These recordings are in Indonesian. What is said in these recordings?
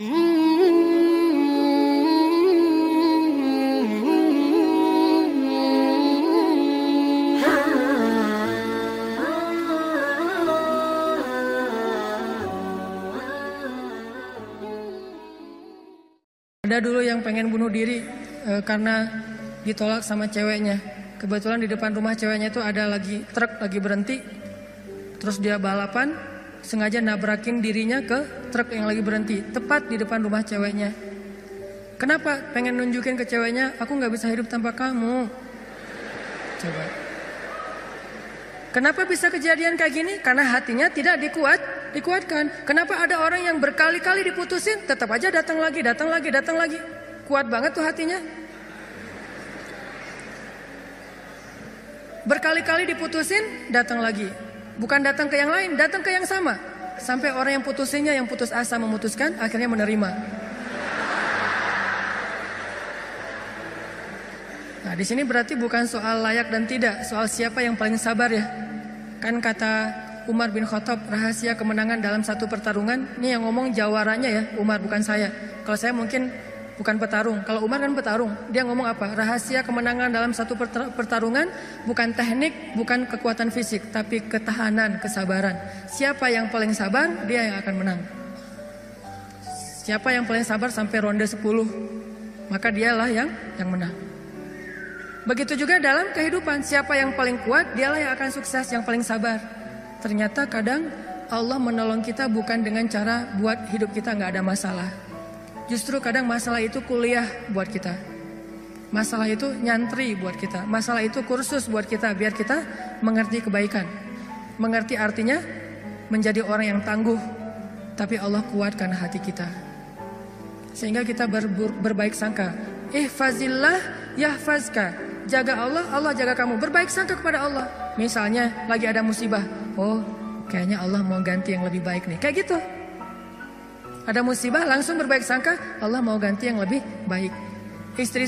Ada dulu yang pengen bunuh diri karena ditolak sama ceweknya. Kebetulan di depan rumah ceweknya itu ada truk lagi berhenti. Terus dia balapan, sengaja nabrakin dirinya ke truk yang lagi berhenti, tepat di depan rumah ceweknya. Kenapa? Pengen nunjukin ke ceweknya, aku gak bisa hidup tanpa kamu. Coba. Kenapa bisa kejadian kayak gini? Karena hatinya tidak dikuatkan. Kenapa ada orang yang berkali-kali diputusin, tetap aja datang lagi. Kuat banget tuh hatinya. Berkali-kali diputusin, datang lagi. Bukan datang ke yang lain, datang ke yang sama. Sampai orang yang putusinnya, yang putus asa memutuskan, akhirnya menerima. Nah, di sini berarti bukan soal layak dan tidak, soal siapa yang paling sabar ya. Kan kata Umar bin Khattab, rahasia kemenangan dalam satu pertarungan, ini yang ngomong jawaranya ya, Umar bukan saya. Kalau saya mungkin bukan petarung, kalau Umar kan petarung. Dia ngomong apa? Rahasia kemenangan dalam satu pertarungan bukan teknik, bukan kekuatan fisik, tapi ketahanan, kesabaran. Siapa yang paling sabar, dia yang akan menang. Siapa yang paling sabar sampai ronde 10, maka dialah yang menang. Begitu juga dalam kehidupan, siapa yang paling kuat, dialah yang akan sukses, yang paling sabar. Ternyata kadang Allah menolong kita bukan dengan cara buat hidup kita gak ada masalah. Justru kadang masalah itu kuliah buat kita. Masalah itu nyantri buat kita. Masalah itu kursus buat kita, biar kita mengerti kebaikan. Mengerti artinya menjadi orang yang tangguh. Tapi Allah kuatkan hati kita. Sehingga kita berbaik sangka. Ihfazillah yahfazka. Jaga Allah, Allah jaga kamu. Berbaik sangka kepada Allah. Misalnya lagi ada musibah. Oh, kayaknya Allah mau ganti yang lebih baik nih. Kayak gitu. Ada musibah langsung berbaik sangka, Allah mau ganti yang lebih baik. Istri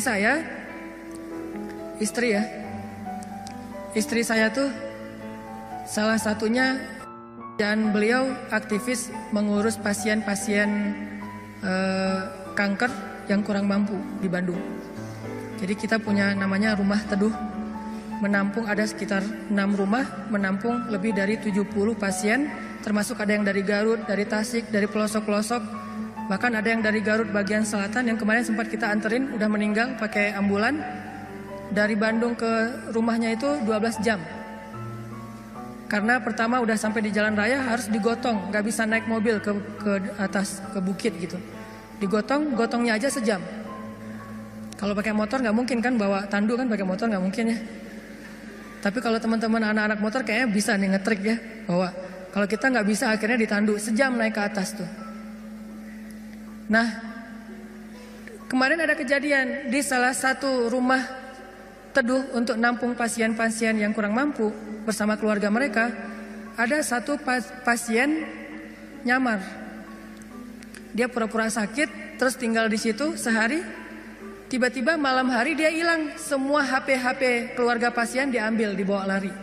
saya tuh salah satunya, dan beliau aktivis mengurus pasien-pasien kanker yang kurang mampu di Bandung. Jadi kita punya namanya rumah teduh, menampung ada sekitar 6 rumah, menampung lebih dari 70 pasien, termasuk ada yang dari Garut, dari Tasik, dari pelosok-pelosok. Bahkan ada yang dari Garut bagian selatan yang kemarin sempat kita anterin, udah meninggal pakai ambulan. Dari Bandung ke rumahnya itu 12 jam. Karena pertama udah sampai di jalan raya harus digotong, gak bisa naik mobil ke atas, ke bukit gitu. Gotongnya aja sejam. Kalau pakai motor gak mungkin kan, bawa tandu kan pakai motor gak mungkin ya. Tapi kalau teman-teman anak-anak motor kayaknya bisa nih ngetrik ya, bawa. Kalau kita nggak bisa akhirnya ditandu, sejam naik ke atas tuh. Nah, kemarin ada kejadian di salah satu rumah teduh untuk nampung pasien-pasien yang kurang mampu bersama keluarga mereka. Ada satu pasien nyamar. Dia pura-pura sakit, terus tinggal di situ sehari. Tiba-tiba malam hari dia hilang. Semua HP keluarga pasien diambil, dibawa lari.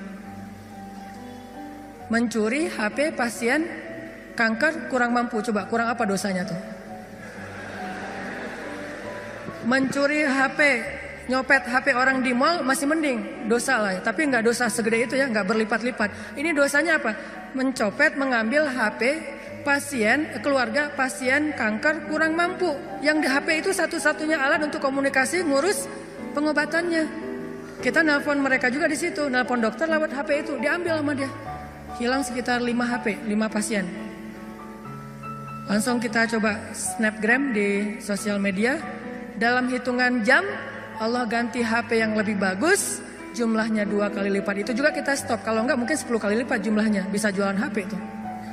Mencuri HP pasien kanker kurang mampu. Coba kurang apa dosanya tuh? Mencuri HP, nyopet HP orang di mall masih mending, dosa lah. Tapi nggak dosa segede itu ya, nggak berlipat-lipat. Ini dosanya apa? Mencopet, mengambil HP keluarga pasien kanker kurang mampu. Yang di HP itu satu-satunya alat untuk komunikasi, ngurus pengobatannya. Kita nelpon mereka juga di situ, nelpon dokter lewat HP itu, diambil sama dia. Hilang sekitar 5 HP, 5 pasien. Langsung kita coba snapgram di sosial media. Dalam hitungan jam, Allah ganti HP yang lebih bagus, jumlahnya 2 kali lipat. Itu juga kita stop, kalau enggak mungkin 10 kali lipat jumlahnya, bisa jualan HP itu.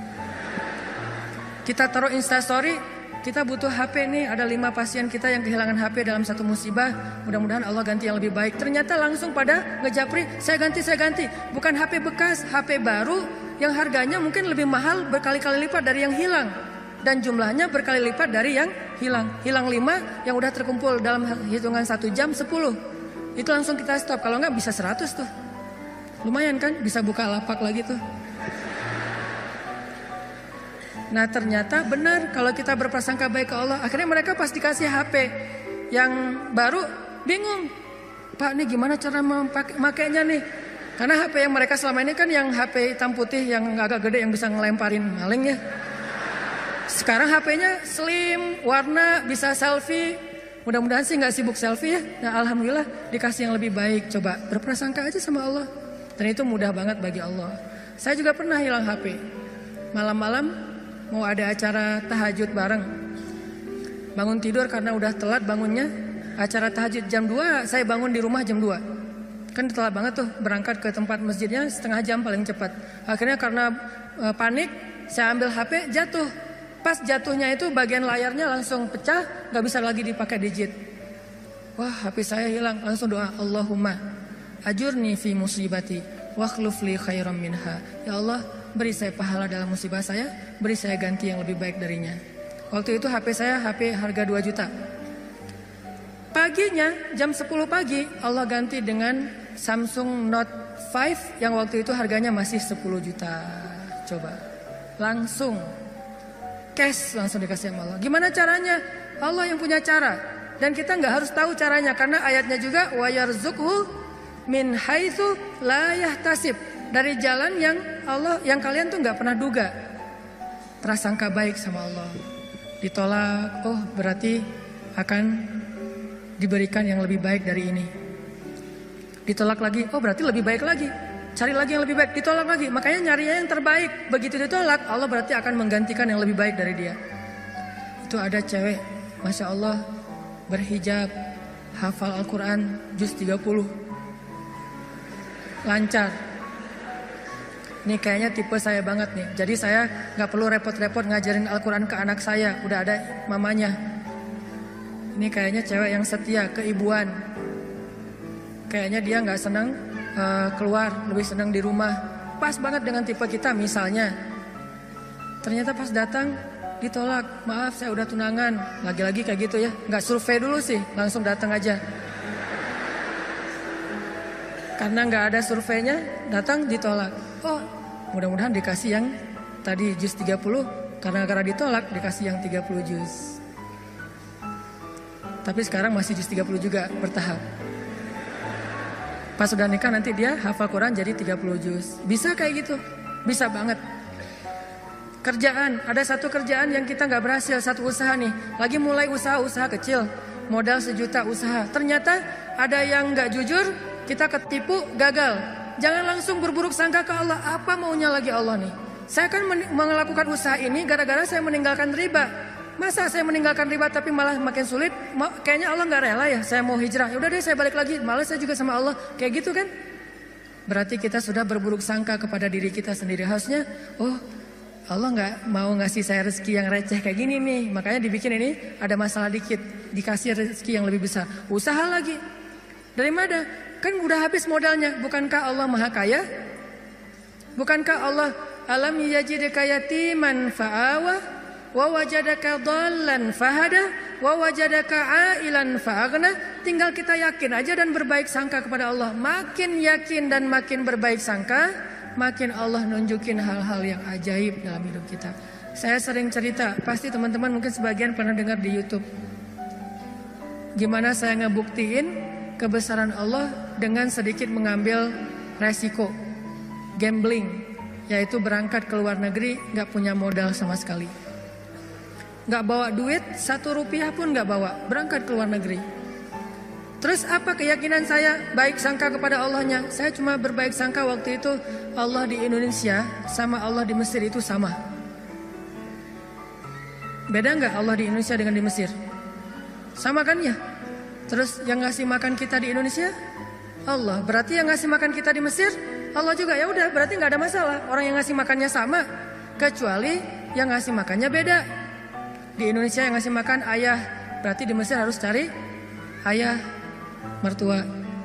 Kita taruh Instastory, kita butuh HP nih, ada 5 pasien kita yang kehilangan HP dalam satu musibah. Mudah-mudahan Allah ganti yang lebih baik. Ternyata langsung pada ngejapri, saya ganti. Bukan HP bekas, HP baru yang harganya mungkin lebih mahal berkali-kali lipat dari yang hilang. Dan jumlahnya berkali lipat dari yang hilang. Hilang 5, yang udah terkumpul dalam hitungan 1 jam 10. Itu langsung kita stop, kalau enggak bisa 100 tuh. Lumayan kan, bisa buka lapak lagi tuh. Nah ternyata benar kalau kita berprasangka baik ke Allah. Akhirnya mereka pas dikasih HP yang baru bingung. Pak ini gimana cara memakainya nih? Karena HP yang mereka selama ini kan yang HP hitam putih yang agak gede yang bisa ngelemparin maling ya. Sekarang HP-nya slim, warna, bisa selfie. Mudah-mudahan sih nggak sibuk selfie ya. Nah alhamdulillah dikasih yang lebih baik. Coba berprasangka aja sama Allah. Dan itu mudah banget bagi Allah. Saya juga pernah hilang HP. Malam-malam mau ada acara tahajud bareng. Bangun tidur karena udah telat bangunnya. Acara tahajud jam 2, saya bangun di rumah jam 2. Kan telat banget tuh berangkat ke tempat masjidnya setengah jam paling cepat. Akhirnya karena panik saya ambil HP jatuh. Pas jatuhnya itu bagian layarnya langsung pecah, gak bisa lagi dipakai digit. Wah HP saya hilang, langsung doa Allahumma ajurni fi musibati wa akhlif li khairam minha. Ya Allah beri saya pahala dalam musibah saya, beri saya ganti yang lebih baik darinya. Waktu itu HP saya HP harga 2 juta. Paginya jam 10 pagi Allah ganti dengan Samsung Note 5 yang waktu itu harganya masih 10 juta. Coba langsung cash langsung dikasih sama Allah. Gimana caranya? Allah yang punya cara. Dan kita nggak harus tahu caranya karena ayatnya juga wa yarzuqhu min haitsu la yahtasib. Dari jalan yang Allah yang kalian tuh nggak pernah duga. Prasangka baik sama Allah. Ditolak, oh berarti akan diberikan yang lebih baik dari ini. Ditolak lagi, oh berarti lebih baik lagi. Cari lagi yang lebih baik, ditolak lagi. Makanya nyarinya yang terbaik. Begitu ditolak, Allah berarti akan menggantikan yang lebih baik dari dia. Itu ada cewek, Masya Allah, berhijab, hafal Al-Quran, juz 30. Lancar. Ini kayaknya tipe saya banget nih. Jadi saya gak perlu repot-repot ngajarin Al-Quran ke anak saya. Udah ada mamanya. Ini kayaknya cewek yang setia, keibuan. Kayaknya dia gak senang keluar, lebih senang di rumah. Pas banget dengan tipe kita misalnya. Ternyata pas datang ditolak. Maaf saya udah tunangan. Lagi-lagi kayak gitu ya. Gak survei dulu sih, langsung datang aja. Karena gak ada surveinya, datang ditolak. Oh mudah-mudahan dikasih yang tadi juz 30. Karena ditolak dikasih yang 30 juz. Tapi sekarang masih juz 30 juga bertahap. Pas sudah nikah nanti dia hafal Quran jadi 30 juz. Bisa kayak gitu. Bisa banget. Kerjaan. Ada satu kerjaan yang kita gak berhasil. Satu usaha nih. Lagi mulai usaha kecil. Modal 1 juta usaha. Ternyata ada yang gak jujur. Kita ketipu gagal. Jangan langsung berburuk sangka ke Allah. Apa maunya lagi Allah nih? Saya kan melakukan usaha ini gara-gara saya meninggalkan riba. Masa saya meninggalkan riba tapi malah makin sulit? Kayaknya Allah gak rela ya. Saya mau hijrah. Ya udah deh saya balik lagi. Malah saya juga sama Allah. Kayak gitu kan? Berarti kita sudah berburuk sangka kepada diri kita sendiri. Harusnya, oh Allah gak mau ngasih saya rezeki yang receh kayak gini nih. Makanya dibikin ini ada masalah dikit. Dikasih rezeki yang lebih besar. Usaha lagi. Dari mana? Kan udah habis modalnya. Bukankah Allah maha kaya? Bukankah Allah alam yajidka yatiman fa'awa? Wa wajadaka dhallan fahada wa wajadaka ailan fa'aghna. Tinggal kita yakin aja dan berbaik sangka kepada Allah. Makin yakin dan makin berbaik sangka, makin Allah nunjukin hal-hal yang ajaib dalam hidup kita. Saya sering cerita, pasti teman-teman mungkin sebagian pernah dengar di YouTube. Gimana saya ngebuktiin kebesaran Allah dengan sedikit mengambil resiko gambling, yaitu berangkat ke luar negeri gak punya modal sama sekali. Gak bawa duit, 1 rupiah pun gak bawa. Berangkat ke luar negeri. Terus apa keyakinan saya? Baik sangka kepada Allahnya. Saya cuma berbaik sangka waktu itu Allah di Indonesia sama Allah di Mesir itu sama. Beda gak Allah di Indonesia dengan di Mesir? Sama kan ya? Terus yang ngasih makan kita di Indonesia? Allah. Berarti yang ngasih makan kita di Mesir? Allah juga. Ya udah, berarti gak ada masalah. Orang yang ngasih makannya sama. Kecuali yang ngasih makannya beda. Di Indonesia yang ngasih makan ayah, berarti di Mesir harus cari ayah mertua.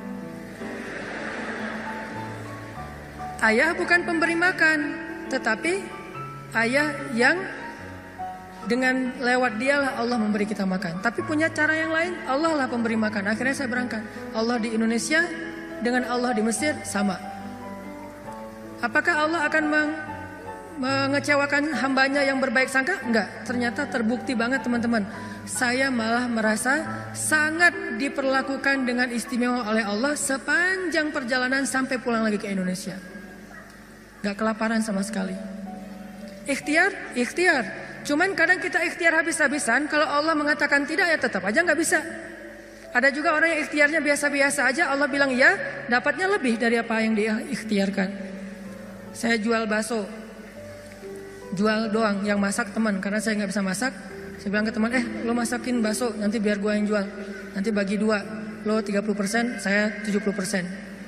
Ayah bukan pemberi makan, tetapi ayah yang dengan lewat dialah Allah memberi kita makan. Tapi punya cara yang lain, Allah lah pemberi makan. Akhirnya saya berangkat. Allah di Indonesia dengan Allah di Mesir sama. Apakah Allah akan mengecewakan hambanya yang berbaik sangka? Enggak, ternyata terbukti banget teman-teman. Saya malah merasa sangat diperlakukan dengan istimewa oleh Allah sepanjang perjalanan sampai pulang lagi ke Indonesia. Gak kelaparan sama sekali. Ikhtiar. Cuman kadang kita ikhtiar habis-habisan, kalau Allah mengatakan tidak ya tetap aja gak bisa. Ada juga orang yang ikhtiarnya biasa-biasa aja, Allah bilang ya, dapatnya lebih dari apa yang dia ikhtiarkan. Saya jual bakso, jual doang, yang masak teman, karena saya gak bisa masak. Saya bilang ke teman, lo masakin bakso, nanti biar gue yang jual. Nanti bagi 2, lo 30%, saya 70%.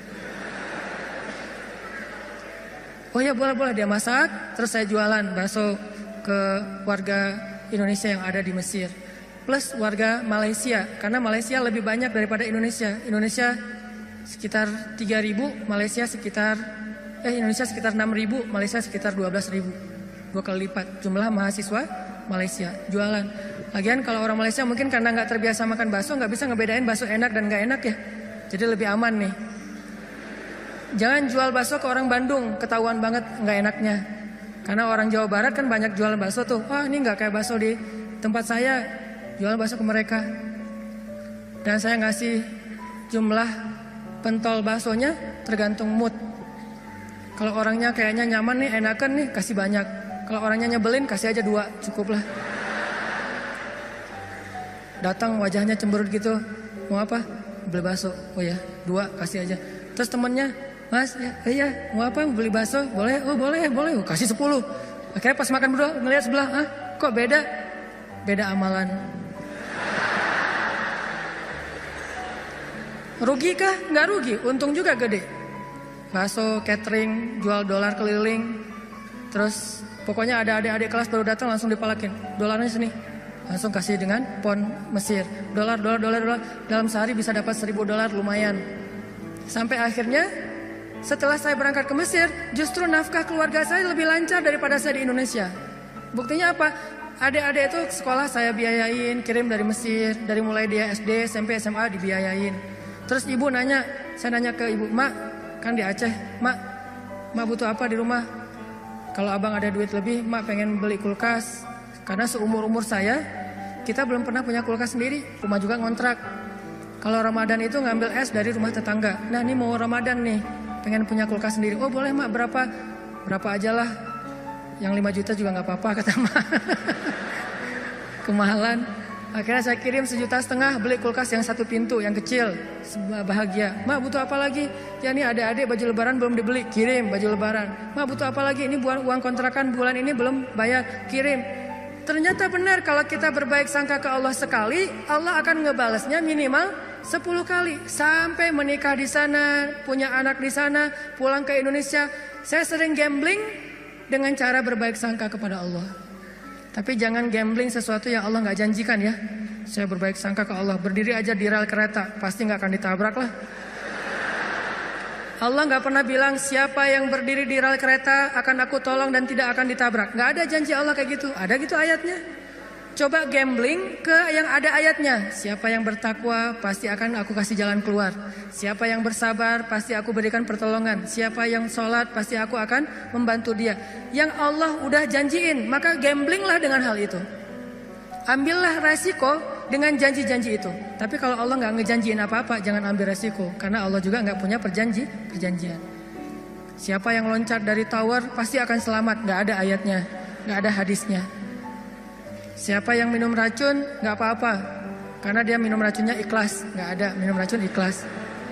Oh ya boleh, dia masak, terus saya jualan bakso ke warga Indonesia yang ada di Mesir. Plus warga Malaysia, karena Malaysia lebih banyak daripada Indonesia. Indonesia sekitar 3.000, Indonesia sekitar 6.000, Malaysia sekitar 12.000. 2 kali lipat jumlah mahasiswa Malaysia jualan. Lagian kalau orang Malaysia mungkin karena nggak terbiasa makan bakso, nggak bisa ngebedain bakso enak dan nggak enak ya. Jadi lebih aman nih. Jangan jual bakso ke orang Bandung, ketahuan banget nggak enaknya. Karena orang Jawa Barat kan banyak jualan bakso tuh. Wah ini nggak kayak bakso di tempat saya, jual bakso ke mereka. Dan saya ngasih jumlah pentol baksonya tergantung mood. Kalau orangnya kayaknya nyaman nih, enakan nih, kasih banyak. Kalau orangnya nyebelin, kasih aja 2, cukup lah. Datang wajahnya cemberut gitu, mau apa? Beli bakso. Oh ya, 2 kasih aja. Terus temennya, Mas, iya, mau apa? Beli bakso? Boleh? Oh boleh. Kasih 10. Akhirnya pas makan berdua, ngelihat sebelah, kok beda? Beda amalan. Rugi kah? Nggak rugi, untung juga gede. Bakso, catering, jual dolar keliling. Terus pokoknya ada adik-adik kelas baru datang langsung dipalakin. Dolarnya sini. Langsung kasih dengan pon Mesir. Dolar. Dalam sehari bisa dapat 1.000 dolar, lumayan. Sampai akhirnya setelah saya berangkat ke Mesir, justru nafkah keluarga saya lebih lancar daripada saya di Indonesia. Buktinya apa? Adik-adik itu sekolah saya biayain, kirim dari Mesir. Dari mulai dia SD, SMP, SMA dibiayain. Terus ibu nanya, saya nanya ke ibu, Mak, kan di Aceh, Mak butuh apa di rumah? Kalau abang ada duit lebih, Mak pengen beli kulkas. Karena seumur-umur saya, kita belum pernah punya kulkas sendiri. Rumah juga ngontrak. Kalau Ramadan itu ngambil es dari rumah tetangga. Nah ini mau Ramadan nih, pengen punya kulkas sendiri. Oh boleh Mak, berapa aja lah. Yang 5 juta juga gak apa-apa kata Mak. Kemahalan. Akhirnya saya kirim 1,5 juta beli kulkas yang 1 pintu, yang kecil. Bahagia. Mak butuh apa lagi? Ya ini adik-adik baju lebaran belum dibeli, kirim baju lebaran. Mak butuh apa lagi? Ini uang kontrakan bulan ini belum bayar, kirim. Ternyata benar kalau kita berbaik sangka ke Allah sekali, Allah akan ngebalasnya minimal 10 kali. Sampai menikah di sana, punya anak di sana, pulang ke Indonesia. Saya sering gambling dengan cara berbaik sangka kepada Allah. Tapi jangan gambling sesuatu yang Allah gak janjikan ya. Saya berbaik sangka ke Allah, berdiri aja di rel kereta, pasti gak akan ditabrak lah. Allah gak pernah bilang siapa yang berdiri di rel kereta akan aku tolong dan tidak akan ditabrak. Gak ada janji Allah kayak gitu. Ada gitu ayatnya. Coba gambling ke yang ada ayatnya. Siapa yang bertakwa pasti akan aku kasih jalan keluar. Siapa yang bersabar pasti aku berikan pertolongan. Siapa yang sholat pasti aku akan membantu dia. Yang Allah udah janjiin, maka gamblinglah dengan hal itu. Ambillah resiko dengan janji-janji itu. Tapi kalau Allah gak ngejanjiin apa-apa, jangan ambil resiko. Karena Allah juga gak punya perjanjian. Siapa yang loncat dari tower pasti akan selamat. Gak ada ayatnya, gak ada hadisnya. Siapa yang minum racun gak apa-apa, karena dia minum racunnya ikhlas. Gak ada minum racun ikhlas.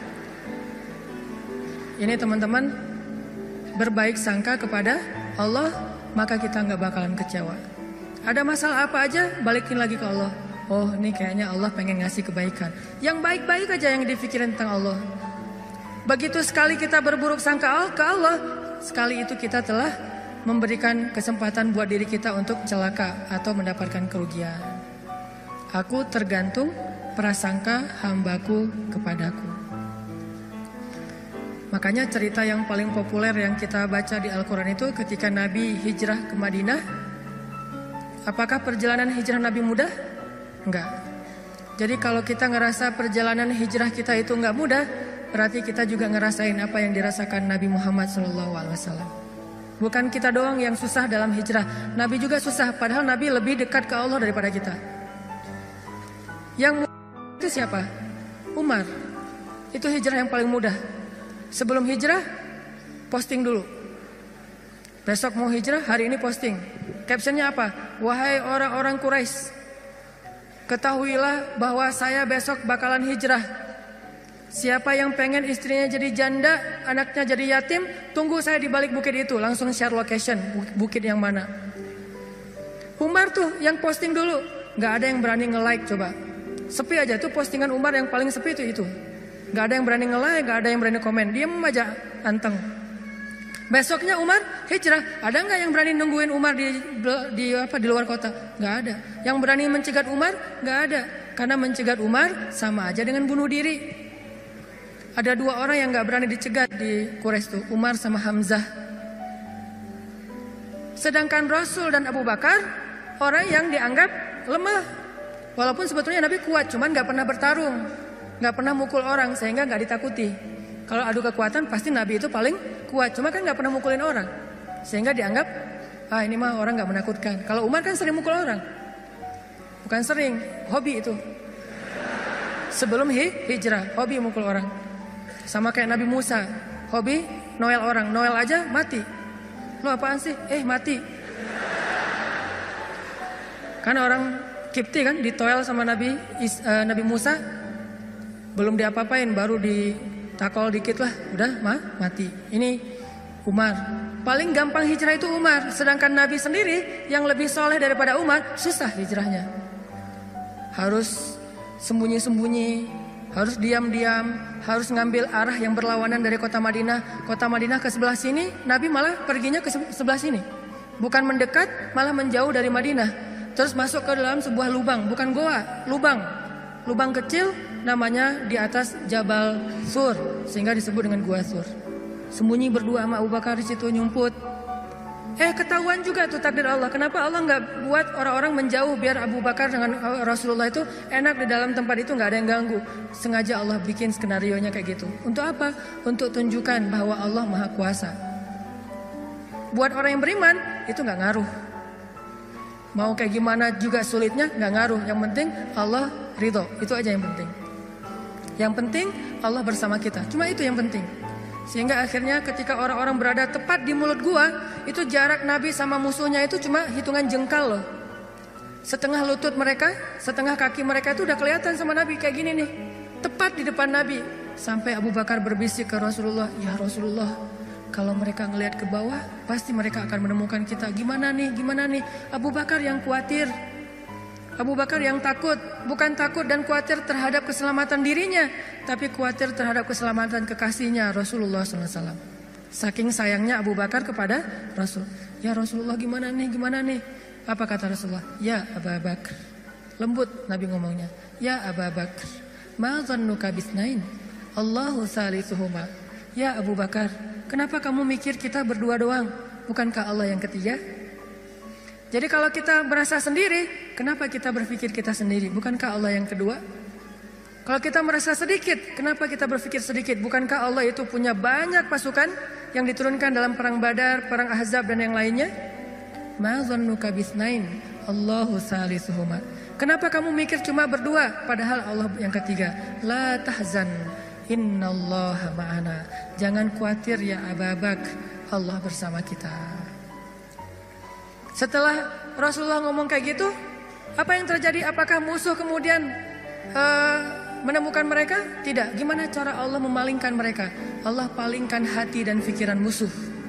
Ini teman-teman, berbaik sangka kepada Allah, maka kita gak bakalan kecewa. Ada masalah apa aja, balikin lagi ke Allah. Oh ini kayaknya Allah pengen ngasih kebaikan. Yang baik-baik aja yang dipikirin tentang Allah. Begitu sekali kita berburuk sangka ke Allah, sekali itu kita telah memberikan kesempatan buat diri kita untuk celaka atau mendapatkan kerugian. Aku tergantung prasangka hambaku kepadaku. Makanya cerita yang paling populer yang kita baca di Al-Quran itu ketika Nabi hijrah ke Madinah. Apakah perjalanan hijrah Nabi mudah? Enggak. Jadi kalau kita ngerasa perjalanan hijrah kita itu enggak mudah, berarti kita juga ngerasain apa yang dirasakan Nabi Muhammad SAW. Bukan kita doang yang susah dalam hijrah. Nabi juga susah, padahal Nabi lebih dekat ke Allah daripada kita. Yang itu siapa? Umar. Itu hijrah yang paling mudah. Sebelum hijrah, posting dulu. Besok mau hijrah, hari ini posting. Captionnya apa? Wahai orang-orang Quraisy, ketahuilah bahwa saya besok bakalan hijrah. Siapa yang pengen istrinya jadi janda, anaknya jadi yatim, tunggu saya di balik bukit itu. Langsung share location, bukit yang mana. Umar tuh yang posting dulu. Gak ada yang berani nge-like coba. Sepi aja tuh postingan Umar yang paling sepi itu. Gak ada yang berani nge-like, gak ada yang berani komen. Diam aja, anteng. Besoknya Umar hijrah. Ada nggak yang berani nungguin Umar di luar kota? Nggak ada. Yang berani mencegat Umar? Nggak ada. Karena mencegat Umar sama aja dengan bunuh diri. Ada dua orang yang nggak berani dicegat di Quraisy itu, Umar sama Hamzah. Sedangkan Rasul dan Abu Bakar orang yang dianggap lemah. Walaupun sebetulnya Nabi kuat, cuman nggak pernah bertarung, nggak pernah mukul orang sehingga nggak ditakuti. Kalau adu kekuatan pasti Nabi itu paling kuat, cuma kan nggak pernah mukulin orang, sehingga dianggap ini mah orang nggak menakutkan. Kalau Umar kan sering mukul orang, bukan sering, hobi itu. Sebelum hijrah, hobi mukul orang. Sama kayak Nabi Musa, hobi Noel orang, Noel aja mati. Lo apaan sih? Mati. Kan orang Kipti kan ditoel sama Nabi Musa, belum diapa-apain, baru ditakol dikit lah, udah mati. Ini Umar. Paling gampang hijrah itu Umar, sedangkan Nabi sendiri yang lebih soleh daripada Umar susah hijrahnya. Harus sembunyi-sembunyi, harus diam-diam, harus ngambil arah yang berlawanan dari kota Madinah. Kota Madinah ke sebelah sini, Nabi malah perginya ke sebelah sini. Bukan mendekat, malah menjauh dari Madinah. Terus masuk ke dalam sebuah lubang, bukan goa, lubang. Lubang kecil namanya di atas Jabal Sur, sehingga disebut dengan Gua Sur. Sembunyi berdua sama Abu Bakar di situ nyumput. Ketahuan juga tuh takdir Allah. Kenapa Allah nggak buat orang-orang menjauh biar Abu Bakar dengan Rasulullah itu enak di dalam tempat itu, nggak ada yang ganggu. Sengaja Allah bikin skenarionya kayak gitu. Untuk apa? Untuk tunjukkan bahwa Allah Maha Kuasa. Buat orang yang beriman itu nggak ngaruh. Mau kayak gimana juga sulitnya nggak ngaruh. Yang penting Allah ridho, itu aja yang penting. Yang penting Allah bersama kita. Cuma itu yang penting. Sehingga akhirnya ketika orang-orang berada tepat di mulut gua, itu jarak Nabi sama musuhnya itu cuma hitungan jengkal loh. Setengah lutut mereka, setengah kaki mereka itu udah kelihatan sama Nabi kayak gini nih. Tepat di depan Nabi. Sampai Abu Bakar berbisik ke Rasulullah, "Ya Rasulullah, kalau mereka ngelihat ke bawah, pasti mereka akan menemukan kita. Gimana nih, gimana nih?" Abu Bakar yang khawatir. Abu Bakar yang takut, bukan takut dan khawatir terhadap keselamatan dirinya, tapi khawatir terhadap keselamatan kekasihnya Rasulullah SAW. Saking sayangnya Abu Bakar kepada Rasul. "Ya Rasulullah, gimana nih, gimana nih?" Apa kata Rasulullah? "Ya Abu Bakar." Lembut Nabi ngomongnya. "Ya Abu Bakar, ma dhannuka bisnain? Allahu salisuhuma." Ya Abu Bakar, kenapa kamu mikir kita berdua doang? Bukankah Allah yang ketiga? Jadi kalau kita merasa sendiri, kenapa kita berpikir kita sendiri? Bukankah Allah yang kedua? Kalau kita merasa sedikit, kenapa kita berpikir sedikit? Bukankah Allah itu punya banyak pasukan yang diturunkan dalam perang Badar, perang Ahzab dan yang lainnya? Ma dhannuka bisnain? Allahu salisuhuma. Kenapa kamu mikir cuma berdua padahal Allah yang ketiga? La tahzan, innallaha ma'ana. Jangan khawatir ya Abu Bakar, Allah bersama kita. Setelah Rasulullah ngomong kayak gitu, apa yang terjadi? Apakah musuh kemudian menemukan mereka? Tidak. Gimana cara Allah memalingkan mereka? Allah palingkan hati dan pikiran musuh.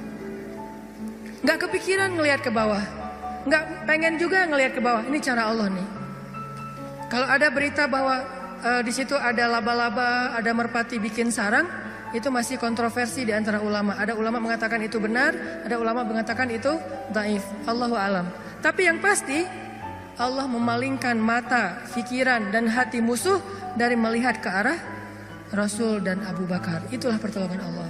Gak kepikiran ngelihat ke bawah, gak pengen juga ngelihat ke bawah. Ini cara Allah nih. Kalau ada berita bahwa di situ ada laba-laba, ada merpati bikin sarang, itu masih kontroversi di antara ulama. Ada ulama mengatakan itu benar, ada ulama mengatakan itu dhaif. Allahu alam. Tapi yang pasti Allah memalingkan mata, pikiran dan hati musuh dari melihat ke arah Rasul dan Abu Bakar. Itulah pertolongan Allah.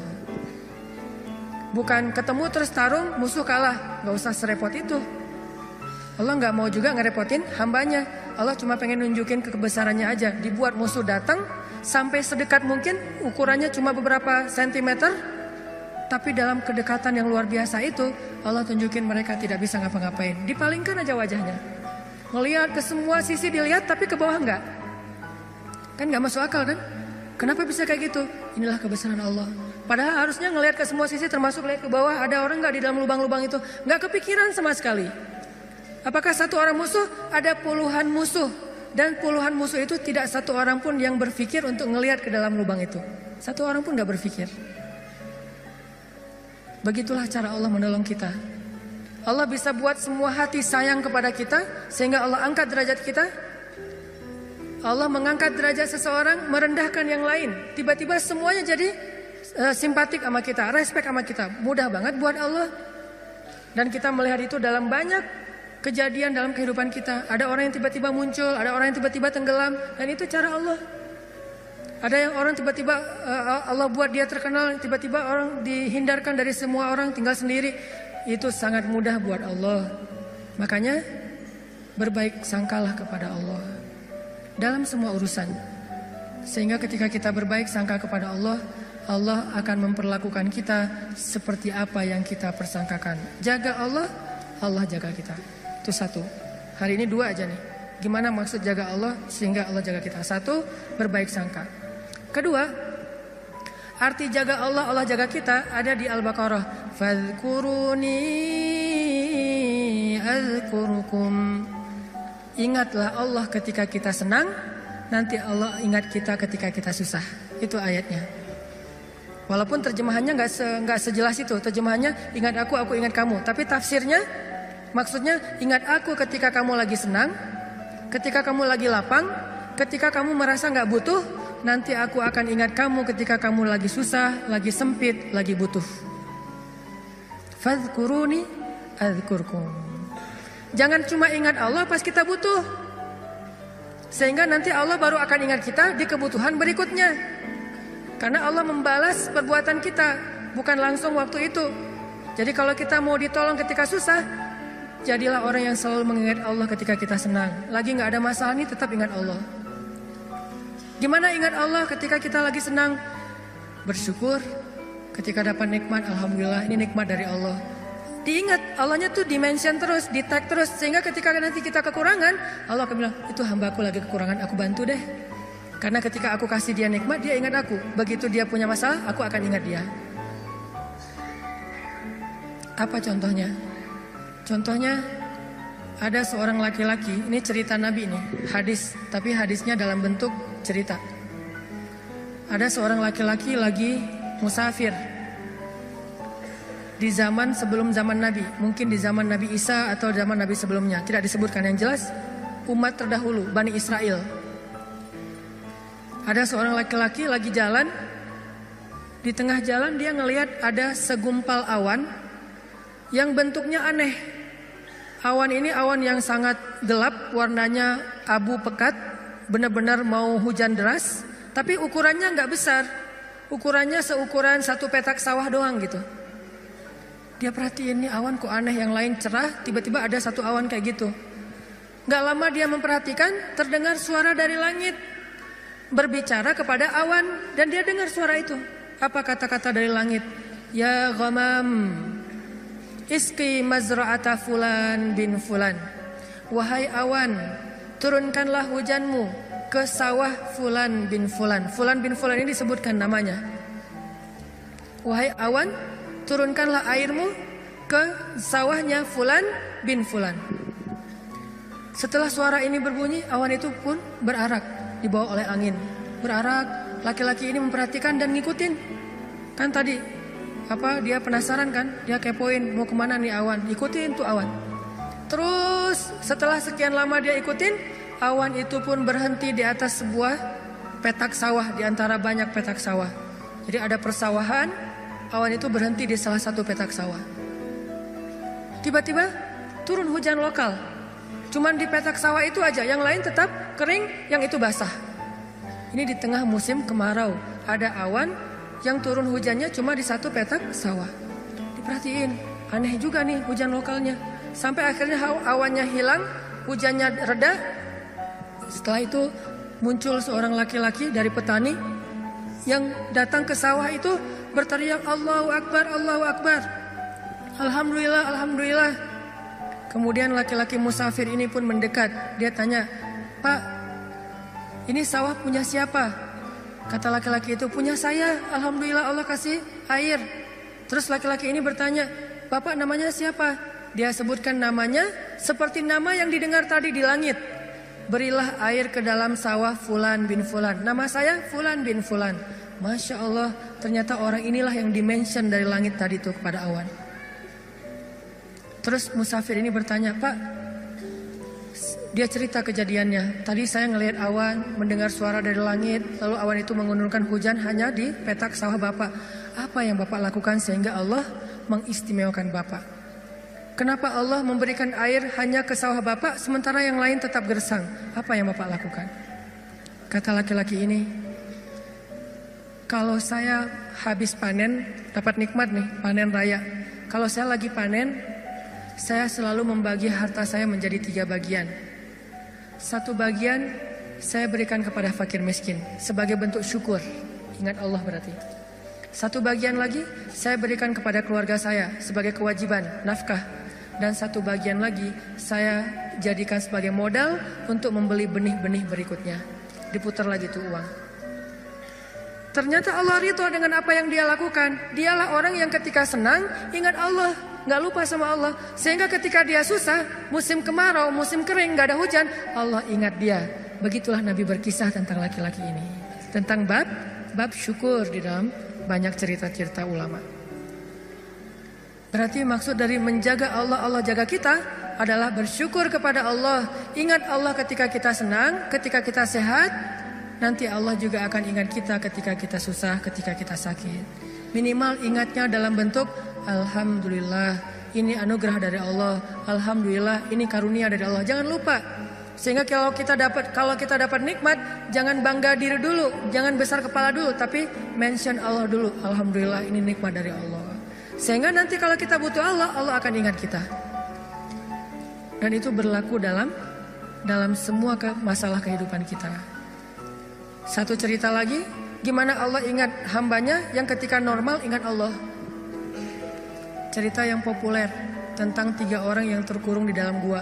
Bukan ketemu terus tarung, musuh kalah. Gak usah serepot itu. Allah gak mau juga ngerepotin hambanya. Allah cuma pengen nunjukin kebesarannya aja. Dibuat musuh datang sampai sedekat mungkin, ukurannya cuma beberapa sentimeter, Tapi dalam kedekatan yang luar biasa itu, Allah tunjukin mereka tidak bisa ngapa-ngapain. Dipalingkan aja wajahnya. Ngelihat ke semua sisi dilihat, tapi ke bawah enggak. Kan enggak masuk akal kan? Kenapa bisa kayak gitu? Inilah kebesaran Allah. Padahal harusnya ngelihat ke semua sisi, termasuk lihat ke bawah, ada orang enggak di dalam lubang-lubang itu. Enggak kepikiran sama sekali. Apakah satu orang musuh? Ada puluhan musuh. Dan puluhan musuh itu tidak satu orang pun yang berpikir untuk ngelihat ke dalam lubang itu. Satu orang pun enggak berpikir. Begitulah cara Allah menolong kita. Allah bisa buat semua hati sayang kepada kita, sehingga Allah angkat derajat kita. Allah mengangkat derajat seseorang, merendahkan yang lain. Tiba-tiba semuanya jadi simpatik sama kita, respect sama kita. Mudah banget buat Allah. Dan kita melihat itu dalam banyak kejadian dalam kehidupan kita. Ada orang yang tiba-tiba muncul, ada orang yang tiba-tiba tenggelam. Dan itu cara Allah. Ada yang orang tiba-tiba Allah buat dia terkenal, tiba-tiba orang dihindarkan dari semua orang, tinggal sendiri. Itu sangat mudah buat Allah. Makanya berbaik sangkalah kepada Allah dalam semua urusan. Sehingga ketika kita berbaik sangka kepada Allah, Allah akan memperlakukan kita seperti apa yang kita persangkakan. Jaga Allah, Allah jaga kita. Itu satu. Hari ini dua aja nih. Gimana maksud jaga Allah sehingga Allah jaga kita? Satu, berbaik sangka. Kedua, arti jaga Allah, Allah jaga kita ada di Al-Baqarah. Fadhkuruni azkurukum. Ingatlah Allah ketika kita senang, nanti Allah ingat kita ketika kita susah. Itu ayatnya. Walaupun terjemahannya nggak sejelas itu. Terjemahannya ingat aku ingat kamu. Tapi tafsirnya, maksudnya ingat aku ketika kamu lagi senang, ketika kamu lagi lapang, ketika kamu merasa nggak butuh. Nanti aku akan ingat kamu ketika kamu lagi susah, lagi sempit, lagi butuh. Fadhkuruni adzkurkum. Jangan cuma ingat Allah pas kita butuh. Sehingga nanti Allah baru akan ingat kita di kebutuhan berikutnya. Karena Allah membalas perbuatan kita, bukan langsung waktu itu. Jadi kalau kita mau ditolong ketika susah, jadilah orang yang selalu mengingat Allah ketika kita senang. Lagi gak ada masalah nih, tetap ingat Allah. Gimana ingat Allah ketika kita lagi senang? Bersyukur. Ketika dapat nikmat, alhamdulillah ini nikmat dari Allah. Diingat, Allahnya tuh dimention terus, di tag terus. Sehingga ketika nanti kita kekurangan, Allah akan bilang, itu hambaku lagi kekurangan, aku bantu deh. Karena ketika aku kasih dia nikmat, dia ingat aku. Begitu dia punya masalah, aku akan ingat dia. Apa contohnya? Contohnya, ada seorang laki-laki, ini cerita Nabi nih, hadis, tapi hadisnya dalam bentuk cerita. Ada seorang laki-laki lagi musafir di zaman sebelum zaman Nabi, mungkin di zaman Nabi Isa atau zaman Nabi sebelumnya, tidak disebutkan. Yang jelas umat terdahulu, Bani Israel. Ada seorang laki-laki lagi jalan, di tengah jalan dia ngelihat ada segumpal awan yang bentuknya aneh. Awan ini awan yang sangat gelap, warnanya abu pekat, benar-benar mau hujan deras. Tapi ukurannya nggak besar, ukurannya seukuran satu petak sawah doang gitu. Dia perhatiin nih awan kok aneh, yang lain cerah, tiba-tiba ada satu awan kayak gitu. Nggak lama dia memperhatikan, terdengar suara dari langit berbicara kepada awan, dan dia dengar suara itu. Apa kata-kata dari langit? Ya ghamam, Iski mazra'ata fulan bin fulan. Wahai awan, turunkanlah hujanmu ke sawah fulan bin fulan. Fulan bin fulan ini disebutkan namanya. Wahai awan, turunkanlah airmu ke sawahnya fulan bin fulan. Setelah suara ini berbunyi, awan itu pun berarak, dibawa oleh angin. Berarak, laki-laki ini memperhatikan dan ngikutin. Kan tadi dia penasaran kan, dia kepoin mau kemana nih awan, ikutin tuh awan. Terus setelah sekian lama dia ikutin, awan itu pun berhenti di atas sebuah petak sawah, di antara banyak petak sawah. Jadi ada persawahan, awan itu berhenti di salah satu petak sawah. Tiba-tiba turun hujan lokal. Cuman di petak sawah itu aja, yang lain tetap kering, yang itu basah. Ini di tengah musim kemarau, ada awan yang turun hujannya cuma di satu petak sawah. Diperhatiin, aneh juga nih hujan lokalnya. Sampai akhirnya awannya hilang, hujannya reda. Setelah itu muncul seorang laki-laki dari petani yang datang ke sawah itu berteriak Allahu Akbar, Allahu Akbar. Alhamdulillah, Alhamdulillah. Kemudian laki-laki musafir ini pun mendekat. Dia tanya, Pak, ini sawah punya siapa? Kata laki-laki itu, punya saya. Alhamdulillah Allah kasih air. Terus laki-laki ini bertanya, Bapak namanya siapa? Dia sebutkan namanya seperti nama yang didengar tadi di langit. Berilah air ke dalam sawah Fulan bin Fulan. Nama saya Fulan bin Fulan. Masya Allah, ternyata orang inilah yang dimention dari langit tadi tuh kepada awan. Terus musafir ini bertanya, Pak, dia cerita kejadiannya. Tadi saya ngelihat awan, mendengar suara dari langit, lalu awan itu menurunkan hujan hanya di petak sawah Bapak. Apa yang Bapak lakukan sehingga Allah mengistimewakan Bapak? Kenapa Allah memberikan air hanya ke sawah Bapak sementara yang lain tetap gersang? Apa yang Bapak lakukan? Kata laki-laki ini, kalau saya habis panen, dapat nikmat nih, panen raya. Kalau saya lagi panen, saya selalu membagi harta saya menjadi 3 bagian. 1 bagian saya berikan kepada fakir miskin sebagai bentuk syukur. Ingat Allah berarti. 1 bagian lagi saya berikan kepada keluarga saya sebagai kewajiban, nafkah. Dan 1 bagian lagi saya jadikan sebagai modal untuk membeli benih-benih berikutnya. Diputar lagi tuh uang. Ternyata Allah ridho dengan apa yang dia lakukan. Dialah orang yang ketika senang ingat Allah, gak lupa sama Allah. Sehingga ketika dia susah, musim kemarau, musim kering, gak ada hujan, Allah ingat dia. Begitulah Nabi berkisah tentang laki-laki ini. Tentang bab syukur di dalam banyak cerita-cerita ulama. Berarti maksud dari menjaga Allah, Allah jaga kita adalah bersyukur kepada Allah. Ingat Allah ketika kita senang, ketika kita sehat. Nanti Allah juga akan ingat kita ketika kita susah, ketika kita sakit. Minimal ingatnya dalam bentuk Alhamdulillah, ini anugerah dari Allah. Alhamdulillah, ini karunia dari Allah. Jangan lupa. Sehingga kalau kita dapat nikmat, jangan bangga diri dulu, jangan besar kepala dulu, tapi mention Allah dulu. Alhamdulillah, ini nikmat dari Allah. Sehingga nanti kalau kita butuh Allah, Allah akan ingat kita. Dan itu berlaku dalam semua masalah kehidupan kita. Satu cerita lagi, gimana Allah ingat hambanya yang ketika normal ingat Allah. Cerita yang populer tentang 3 orang yang terkurung di dalam gua.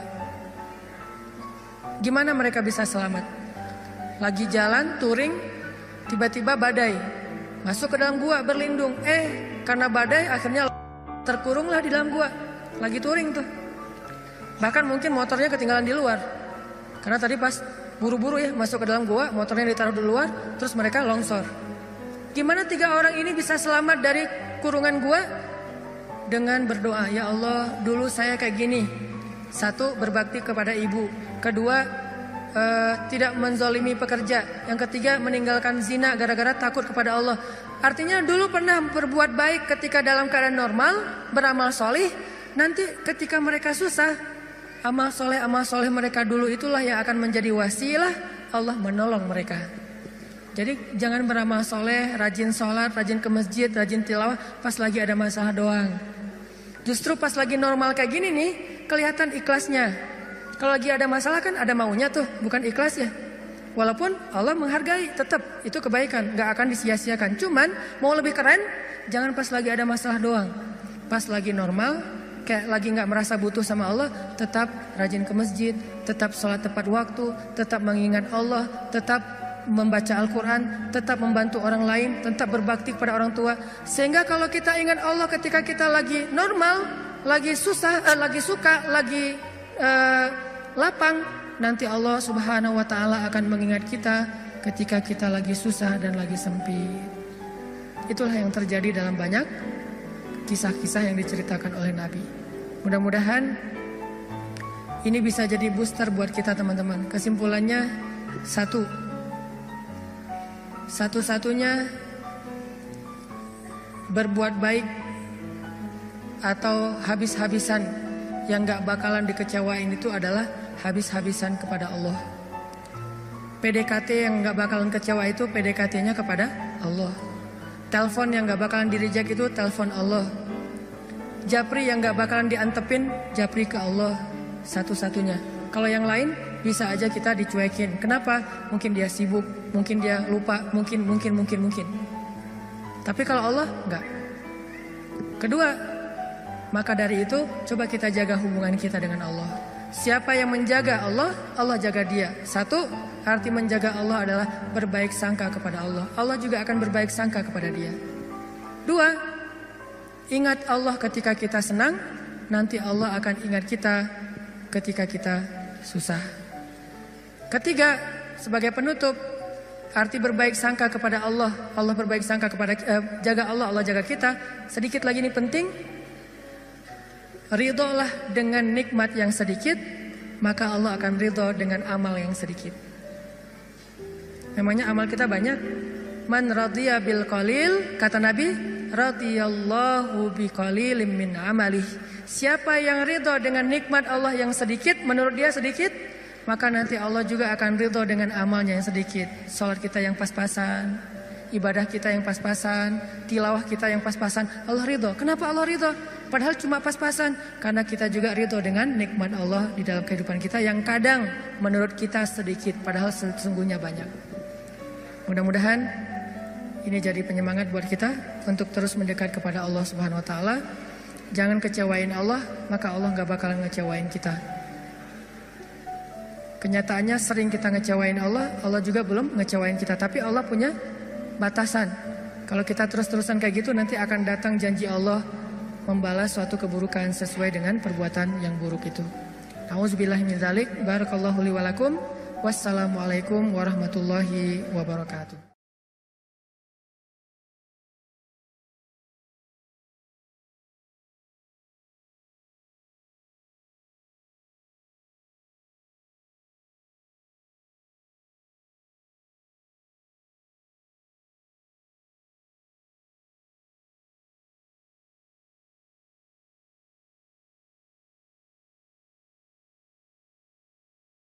Gimana mereka bisa selamat? Lagi jalan, touring, tiba-tiba badai. Masuk ke dalam gua, berlindung. Karena badai akhirnya terkurunglah di dalam gua. Lagi touring tuh. Bahkan mungkin motornya ketinggalan di luar. Karena tadi pas buru-buru ya masuk ke dalam gua, motornya ditaruh di luar, terus mereka longsor. Gimana 3 orang ini bisa selamat dari kurungan gua? Dengan berdoa, ya Allah, dulu saya kayak gini. 1, berbakti kepada ibu. 2, tidak menzolimi pekerja. Yang 3, meninggalkan zina gara-gara takut kepada Allah. Artinya dulu pernah berbuat baik ketika dalam keadaan normal, beramal solih. Nanti ketika mereka susah, amal soleh mereka dulu itulah yang akan menjadi wasilah Allah menolong mereka. Jadi jangan beramal soleh, rajin sholat, rajin ke masjid, rajin tilawah pas lagi ada masalah doang. Justru pas lagi normal kayak gini nih, kelihatan ikhlasnya. Kalau lagi ada masalah kan ada maunya tuh, bukan ikhlas ya. Walaupun Allah menghargai, tetap itu kebaikan, gak akan disia-siakan. Cuman mau lebih keren, jangan pas lagi ada masalah doang. Pas lagi normal, kayak lagi gak merasa butuh sama Allah, tetap rajin ke masjid, tetap sholat tepat waktu, tetap mengingat Allah, tetap membaca Al-Quran, tetap membantu orang lain, tetap berbakti kepada orang tua. Sehingga kalau kita ingat Allah ketika kita lagi normal, lagi susah, lagi suka, lagi lapang, nanti Allah Subhanahu wa Ta'ala akan mengingat kita ketika kita lagi susah dan lagi sempit. Itulah yang terjadi dalam banyak kisah-kisah yang diceritakan oleh Nabi. Mudah-mudahan ini bisa jadi booster buat kita teman-teman. Kesimpulannya satu-satunya berbuat baik atau habis-habisan yang gak bakalan dikecewain itu adalah habis-habisan kepada Allah. PDKT yang gak bakalan kecewa itu PDKT-nya kepada Allah. Telepon yang gak bakalan di-reject itu telepon Allah. Japri yang gak bakalan diantepin, japri ke Allah satu-satunya. Kalau yang lain bisa aja kita dicuekin. Kenapa? Mungkin dia sibuk, mungkin dia lupa, mungkin. Tapi kalau Allah enggak. Kedua, maka dari itu coba kita jaga hubungan kita dengan Allah. Siapa yang menjaga Allah, Allah jaga dia. Satu, arti menjaga Allah adalah berbaik sangka kepada Allah. Allah juga akan berbaik sangka kepada dia. Dua, ingat Allah ketika kita senang, nanti Allah akan ingat kita ketika kita susah. Ketiga, sebagai penutup, arti berbaik sangka kepada Allah, Allah berbaik sangka kepada jaga Allah, Allah jaga kita. Sedikit lagi ini penting. Ridholah dengan nikmat yang sedikit, maka Allah akan ridho dengan amal yang sedikit. Namanya amal kita banyak. Man radhiya bil qalil, kata Nabi, radhiyallahu bi qalilim min amalih. Siapa yang ridho dengan nikmat Allah yang sedikit, menurut dia sedikit, maka nanti Allah juga akan ridho dengan amalnya yang sedikit. Salat kita yang pas-pasan, ibadah kita yang pas-pasan, tilawah kita yang pas-pasan, Allah ridho. Kenapa Allah ridho? Padahal cuma pas-pasan. Karena kita juga ridho dengan nikmat Allah di dalam kehidupan kita yang kadang menurut kita sedikit, padahal sesungguhnya banyak. Mudah-mudahan ini jadi penyemangat buat kita untuk terus mendekat kepada Allah Subhanahu Wa Taala. Jangan kecewain Allah, maka Allah gak bakal ngecewain kita. Kenyataannya sering kita ngecewain Allah, Allah juga belum ngecewain kita. Tapi Allah punya batasan. Kalau kita terus-terusan kayak gitu, nanti akan datang janji Allah membalas suatu keburukan sesuai dengan perbuatan yang buruk itu. Nauzubillahi min dzalik. Barakallahu li wa lakum. Wassalamualaikum warahmatullahi wabarakatuh.